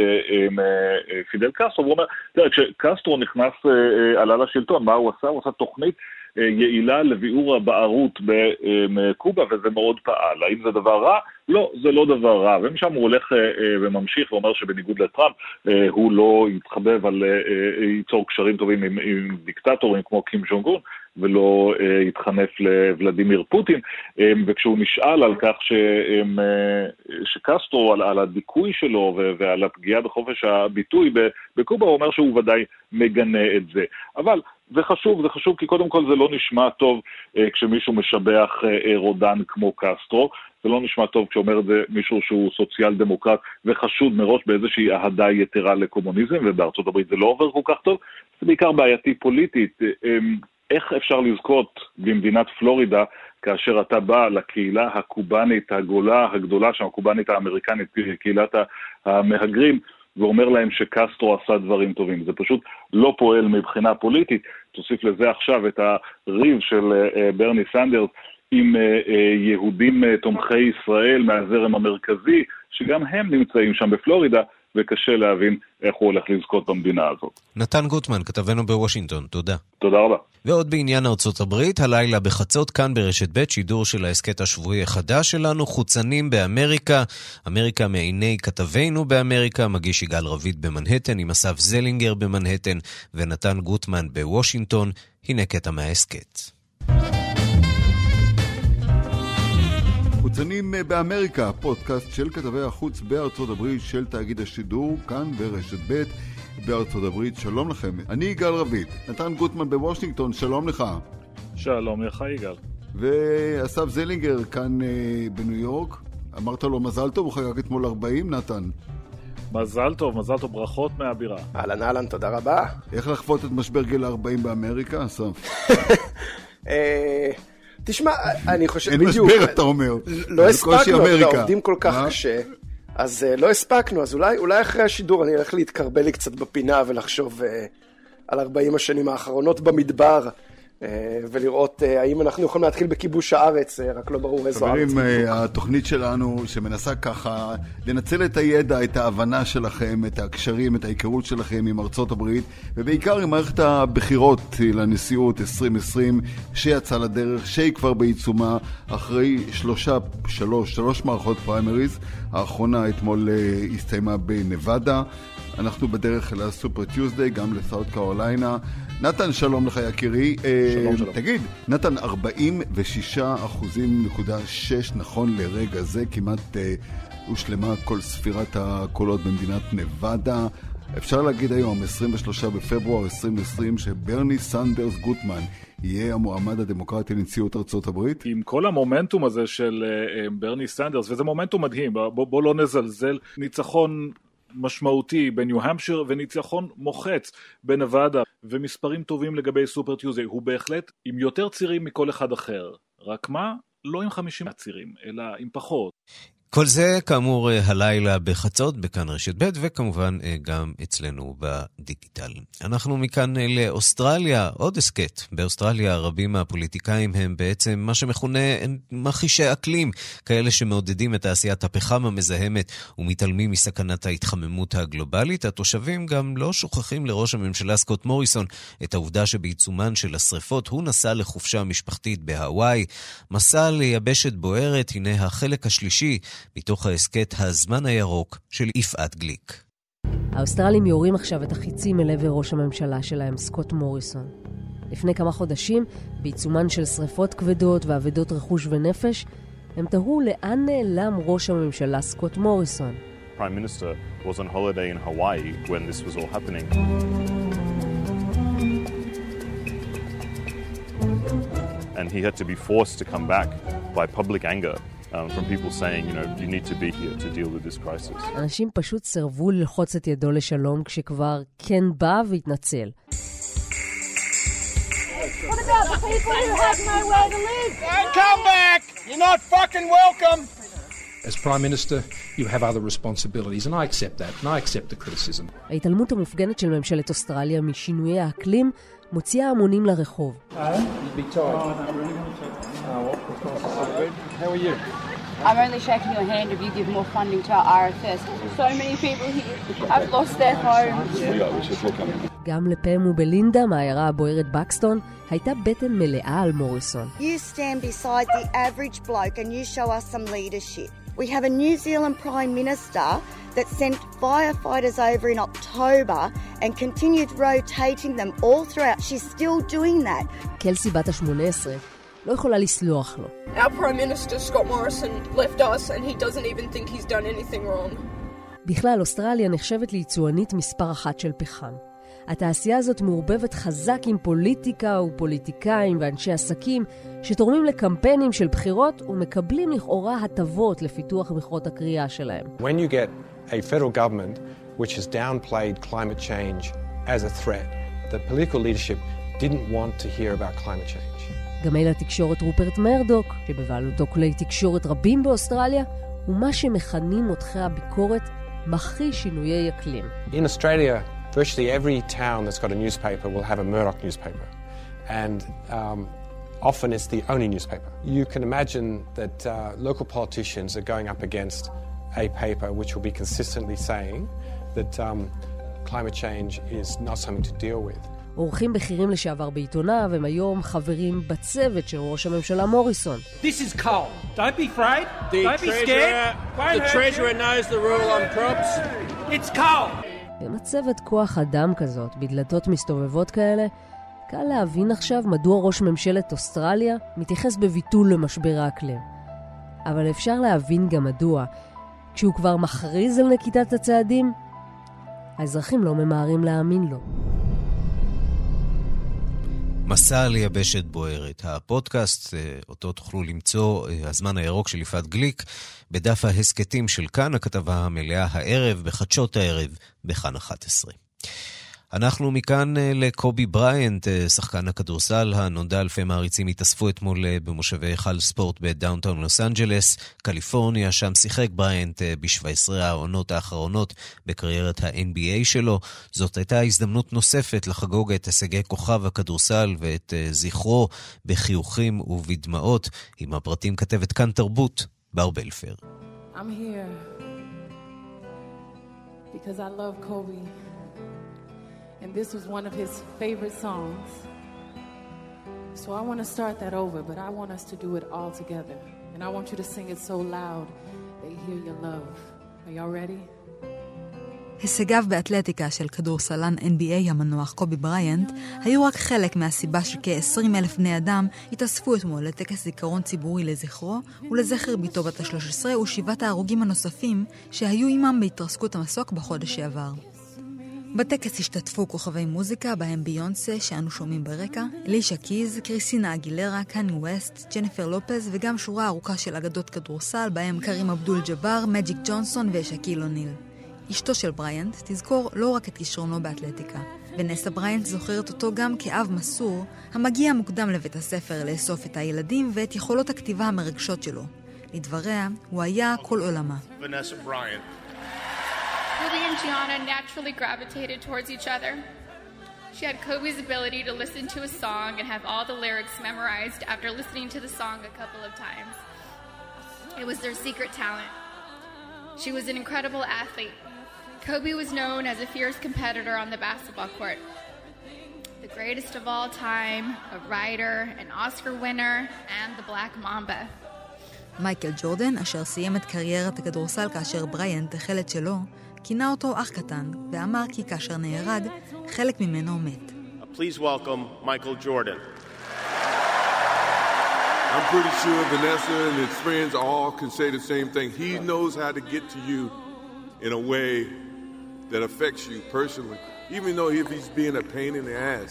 פידל קסטרו, והוא אומר, תראה, כשקסטרו נכנס, עלה לשלטון, מה הוא עשה? הוא עשה תוכנית יעילה לביאור הבערות בקובה, וזה מאוד פעל. האם זה דבר רע? לא, זה לא דבר רע. ומשם הוא הולך וממשיך ואומר שבניגוד לטראמפ, הוא לא יתחבב על ייצור קשרים טובים עם, עם דיקטטורים כמו קים ז'ונג און, ולא יתחנף לוולדימיר פוטין. וכשהוא נשאל על כך ש, שקסטרו, על, על הדיכוי שלו ועל הפגיעה בחופש הביטוי בקובה, הוא אומר שהוא ודאי מגנה את זה. אבל זה חשוב, זה חשוב כי קודם כל זה לא נשמע טוב אה, כשמישהו משבח אה, רודן כמו קסטרו, זה לא נשמע טוב כשאומר את זה מישהו שהוא סוציאל דמוקרט וחשוד מראש באיזושהי אהדה יתרה לקומוניזם, ובארצות הברית זה לא עובר כל כך טוב, זה בעיקר בעייתי פוליטית. אה, איך אפשר לזכות במדינת פלורידה כאשר אתה בא לקהילה הקובנית הגדולה, הגדולה שם, הקובנית האמריקנית, קהילת המהגרים, ואומר להם שקסטרו עשה דברים טובים. זה פשוט לא פועל מבחינה פוליטית. תוסיף לזה עכשיו את הריב של ברני סנדרס עם יהודים תומכי ישראל מהזרם המרכזי, שגם הם נמצאים שם בפלורידה, וקשה להבין איך הוא הולך לזכות במדינה הזאת. נתן גוטמן, כתבנו בוושינגטון, תודה. תודה רבה. ועוד בעניין ארצות הברית, הלילה בחצות כאן ברשת ב' שידור של העסקת השבועי החדש שלנו, חוצנים באמריקה, אמריקה מעיני כתבנו באמריקה, מגיש יגאל רביד במנהטן, עם אסף זלינגר במנהטן, ונתן גוטמן בוושינגטון. הנה קטע מהעסקת. חוצנים באמריקה, פודקאסט של כתבי החוץ בארצות הברית של תאגיד השידור, כאן ברשת ב' בארצות הברית. שלום לכם, אני יגאל רביד. נתן גוטמן בוושינגטון, שלום לך. שלום לך יגאל. ואסף זלינגר כאן אה, בניו יורק. אמרת לו מזל טוב, הוא חגג אתמול ארבעים, נתן. מזל טוב, מזל טוב, ברכות מהבירה. אהלן אהלן, תודה רבה. איך לחוות את משבר גיל ארבעים באמריקה, אסף? אה... תשמע, אני חושב... אין משבר, אתה אומר. לא הספקנו, עובדים כל כך קשה, אז לא הספקנו, אז אולי אחרי השידור אני אלך להתקרבל לי קצת בפינה ולחשוב על ארבעים השנים האחרונות במדבר, ולראות האם אנחנו יכולים להתחיל בכיבוש הארץ, רק לא ברור איזו ארץ. חברים, התוכנית שלנו שמנסה ככה לנצל את הידע, את ההבנה שלכם, את הקשרים, את ההיכרות שלכם עם ארצות הברית, ובעיקר עם מערכת הבחירות לנשיאות עשרים עשרים שיצא לדרך, שהיא כבר בעיצומה אחרי שלושה, שלוש, שלוש מערכות פריימריז. האחרונה אתמול הסתיימה בנבדה. אנחנו בדרך לסופר טיוזדיי, גם לסאוט קרוליינה. נתן, שלום לך יקירי. שלום, שלום. תגיד, נתן, ארבעים ושישה אחוזים נקודה שש נכון לרגע זה, כמעט אה, הושלמה כל ספירת הקולות במדינת נבדה. אפשר להגיד היום, עשרים ושלושה בפברואר עשרים עשרים, שברני סנדרס גוטמן יהיה המועמד הדמוקרטי לנשיאות ארצות הברית? עם כל המומנטום הזה של uh, ברני סנדרס, וזה מומנטום מדהים, בוא, בוא לא נזלזל, ניצחון משמעותי בניו המפשיר וניצחון מוחץ בנבדה, ומספרים טובים לגבי סופר טיוזדיי. הוא בהחלט עם יותר צירים מכל אחד אחר, רק מה? לא עם חמישים צירים, אלא עם פחות. כל זה כאמור הלילה בחצות בכאן רשת ב' וכמובן גם אצלנו בדיגיטל. אנחנו מכאן לאוסטרליה, עוד הסקט. באוסטרליה רבים מהפוליטיקאים הם בעצם מה שמכונה מחישי אקלים, כאלה שמעודדים את תעשיית הפחם המזהמת ומתעלמים מסכנת ההתחממות הגלובלית. התושבים גם לא שוכחים לראש הממשלה סקוט מוריסון את העובדה שבעיצומן של השריפות הוא נסע לחופשה משפחתית בהוואי. מסע ליבשת בוערת, הנה החלק השלישי מתוך העסקת הזמן הירוק של יפעת גליק. האוסטרלים יורים עכשיו את החיצים אל עבר ראש הממשלה שלהם, סקוט מוריסון. לפני כמה חודשים, בעיצומן של שריפות כבדות ועבדות רכוש ונפש, הם תהו לאן נעלם ראש הממשלה סקוט מוריסון. Prime Minister was on holiday in Hawaii when this was all happening. And he had to be forced to come back by public anger. Um, from people saying, you know, you need to be here to deal with this crisis. אנשים פשוט סרבו ללחוץ את ידו לשלום כשכבר כן בא והתנצל. What about the people who have nowhere to live? Don't come back! You're not fucking welcome! As Prime Minister, you have other responsibilities, and I accept that, and I accept the criticism. ההתעלמות המופגנת של ממשלת אוסטרליה משינויי האקלים מוציאה המונים לרחוב. How are you? I'm only shaking your hand if you give more funding to our R F S. So many people here have lost their homes. גם לפם ובלינדה מהעיירה הבוערת בקסטון הייתה בטן מלאה על מוריסון. You stand beside the average bloke and you show us some leadership. We have a New Zealand Prime Minister that sent firefighters over in October and continued rotating them all throughout. She's still doing that. קלסי בת ה-שמונה עשרה לא יכולה לסלוח לו. Our Prime Minister Scott Morrison left us and he doesn't even think he's done anything wrong. בכלל, אוסטרליה נחשבת ליצואנית מספר אחת של פחם. התעשייה הזאת מעורבבת חזק עם פוליטיקה ופוליטיקאים ואנשי עסקים שתורמים לקמפיינים של בחירות ומקבלים לכאורה הטבות לפיתוח מכרות הקריאה שלהם. When you get a federal government which has downplayed climate change as a threat, the political leadership didn't want to hear about climate change. גם אל התקשורת רופרט מרדוק, שבבעלותו כלי תקשורת רבים באוסטרליה, ומה שמכנים מותחי הביקורת מכי שינויי אקלים. In Australia, virtually every town that's got a newspaper will have a Murdoch newspaper. And um, often it's the only newspaper. You can imagine that uh, local politicians are going up against a paper which will be consistently saying that um, climate change is not something to deal with. אורחים בכירים לשעבר בעיתונה, והם היום חברים בצוות של ראש הממשלה מוריסון. This is coal. Don't be afraid. The Don't be scared. The treasurer knows the rule on crops. It's coal. במצבת כוח אדם כזאת, בדלתות מסתובבות כאלה, קל להבין עכשיו מדוע ראש ממשלת אוסטרליה מתייחס בביטול למשבר האקלים. אבל אפשר להבין גם מדוע, כשהוא כבר מכריז על נקיטת הצעדים, האזרחים לא ממהרים להאמין לו. מסע על יבשת בוערת, הפודקאסט, אותו תוכלו למצוא, הזמן הירוק של יפעת גליק, בדף ההסקטים של כאן, הכתבה המלאה הערב, בחדשות הערב, בכאן אחת עשרה. אנחנו מכאן לקובי בריינט, שחקן הכדורסל הנודע. אלפי מעריצים התאספו אתמול במושבי היכל ספורט בדאונטאון לוס אנג'לס, קליפורניה. שם שיחק בריינט ב-שבע עשרה העונות האחרונות בקריירת ה-אן בי איי שלו. זאת הייתה הזדמנות נוספת לחגוג את הישגי כוכב הכדורסל ואת זכרו בחיוכים ובדמעות. עם הפרטים כתבת כאן תרבות, בר בלפר. I'm here because I love Kobe. And this was one of his favorite songs. So I want to start that over, but I want us to do it all together. And I want you to sing it so loud they hear your love. Are y'all ready? הישגיו באתלטיקה של כדורסלן אן בי איי המנוח קובי בריינט היו רק חלק מהסיבה שכ-עשרים אלף בני אדם התאספו אתמול לטקס זיכרון ציבורי לזכרו ולזכר ביתו בת ה-שלוש עשרה ושבעת ההרוגים הנוספים שהיו עימם בהתרסקות המסוק בחודש שעבר. בטקס השתתפו כוכבי מוזיקה בהם ביונסה שאנו שומעים ברקע, אלישה קיז, קריסטינה אגילרה, קני ווסט, ג'ניפר לופז וגם שורה ארוכה של אגדות כדורסל בהם קרים אבדול ג'בר, מג'יק ג'ונסון ושקיל אוניל. אשתו של בריינט תזכור לא רק את כישרונו באתלטיקה, ונסה בריינט זוכרת אותו גם כאב מסור המגיע מוקדם לבית הספר לאסוף את הילדים ואת יכולות הכתיבה המרגשות שלו. לדבריה, הוא היה כל עולמה. Vanessa Bryant. Kobe and Gianna naturally gravitated towards each other. She had Kobe's ability to listen to a song and have all the lyrics memorized after listening to the song a couple of times. It was their secret talent. She was an incredible athlete. Kobe was known as a fierce competitor on the basketball court. The greatest of all time, a writer, an Oscar winner, and the Black Mamba. מייקל ג'ורדן, אשר סיים את קריירת הכדורסל כאשר בריינט החל את שלו, כינה אותו אח קטן, ואמר כי כאשר נהרג, חלק ממנו מת. Please welcome Michael Jordan. I'm pretty sure Vanessa and his friends all can say the same thing. He knows how to get to you in a way that affects you personally, even though if he's being a pain in the ass.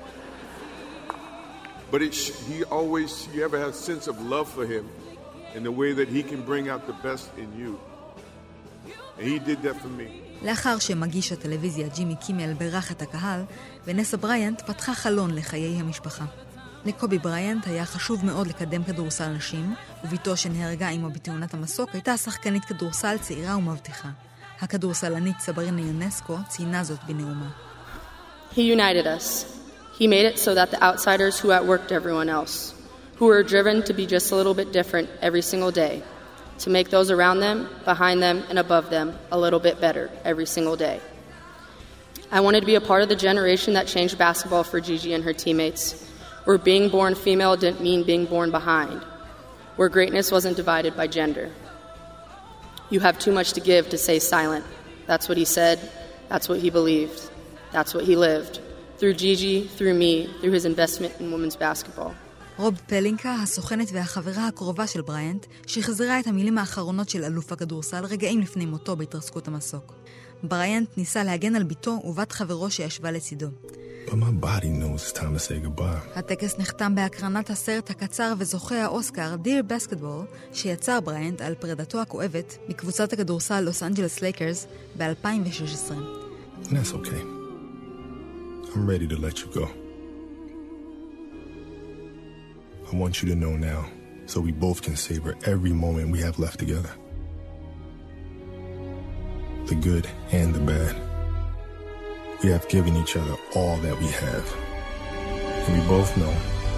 But it sh- he always, you ever have a sense of love for him in the way that he can bring out the best in you. And he did that for me. לאחר שמגיש הטלוויזיה ג'ימי קימל ברך את הקהל, ונסה בריינט פתחה חלון לחיי המשפחה. לקובי בריינט היה חשוב מאוד לקדם כדורסל נשים, וביתו שנהרגה עמו בתאונת המסוק הייתה שחקנית כדורסל צעירה ומבטיחה. הכדורסלנית סברינה יונסקו ציינה זאת בנאומה. He united us. He made it so that the outsiders who outworked everyone else, who were driven to be just a little bit different every single day, to make those around them, behind them, and above them a little bit better every single day. I wanted to be a part of the generation that changed basketball for Gigi and her teammates, where being born female didn't mean being born behind, where greatness wasn't divided by gender. You have too much to give to stay silent. That's what he said. That's what he believed. That's what he lived. Through Gigi, through me, through his investment in women's basketball. רוב פלינקה, הסוכנת והחברה הקרובה של בריינט, שחזרה את המילים האחרונות של אלוף הכדורסל רגעים לפני מותו בהתרסקות המסוק. בריאנט ניסה להגן על ביתו ובת חברו שישבה לצידו. But my body knows it's time to say goodbye. הטקס נחתם בהקרנת הסרט הקצר וזוכה האוסקר דיר בסקטבול, שיצר בריאנט על פרידתו הכואבת מקבוצת הכדורסל לוס אנג'לס לייקרס ב-אלפיים ושש עשרה. That's okay. I'm ready to let you go. I want you to know now, so we both can savor every moment we have left together. The good and the bad. We have given each other all that we have. And we both know,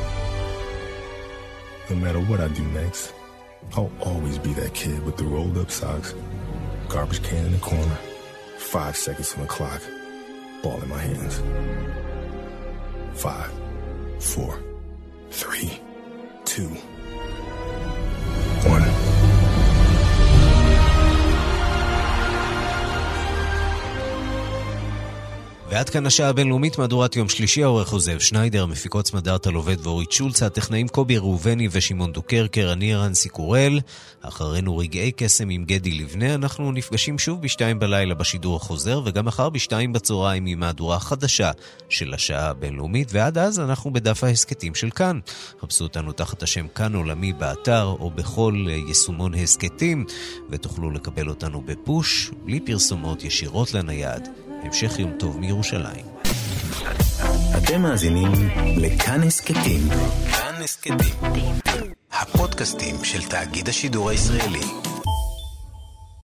no matter what I do next, I'll always be that kid with the rolled up socks, garbage can in the corner, five seconds on the clock, ball in my hands. Five, four, three, two, one. ועד כאן השעה הבינלאומית, מהדורת יום שלישי, העורך הוא זאב שניידר, מפיקות סמדארטה לובד ואורית שולץ, הטכנאים קובי ראובני ושמעון דוקרקר, אני רנסי קורל. אחרינו רגעי קסם עם גדי לבנה. אנחנו נפגשים שוב בשתיים בלילה בשידור החוזר, וגם מחר בשתיים בצהריים עם מהדורה חדשה של השעה הבינלאומית, ועד אז אנחנו בדף ההסקטים של כאן. חפשו אותנו תחת השם כאן עולמי באתר או בכל יישומון הסקטים, ותוכלו לקבל אותנו בפוש, בלי פרסומות, ישירות לנייד. המשך יום טוב מירושלים. אתם מאזינים לכאן הסקטים. כאן הסקטים. הפודקאסטים של תאגיד השידור הישראלי.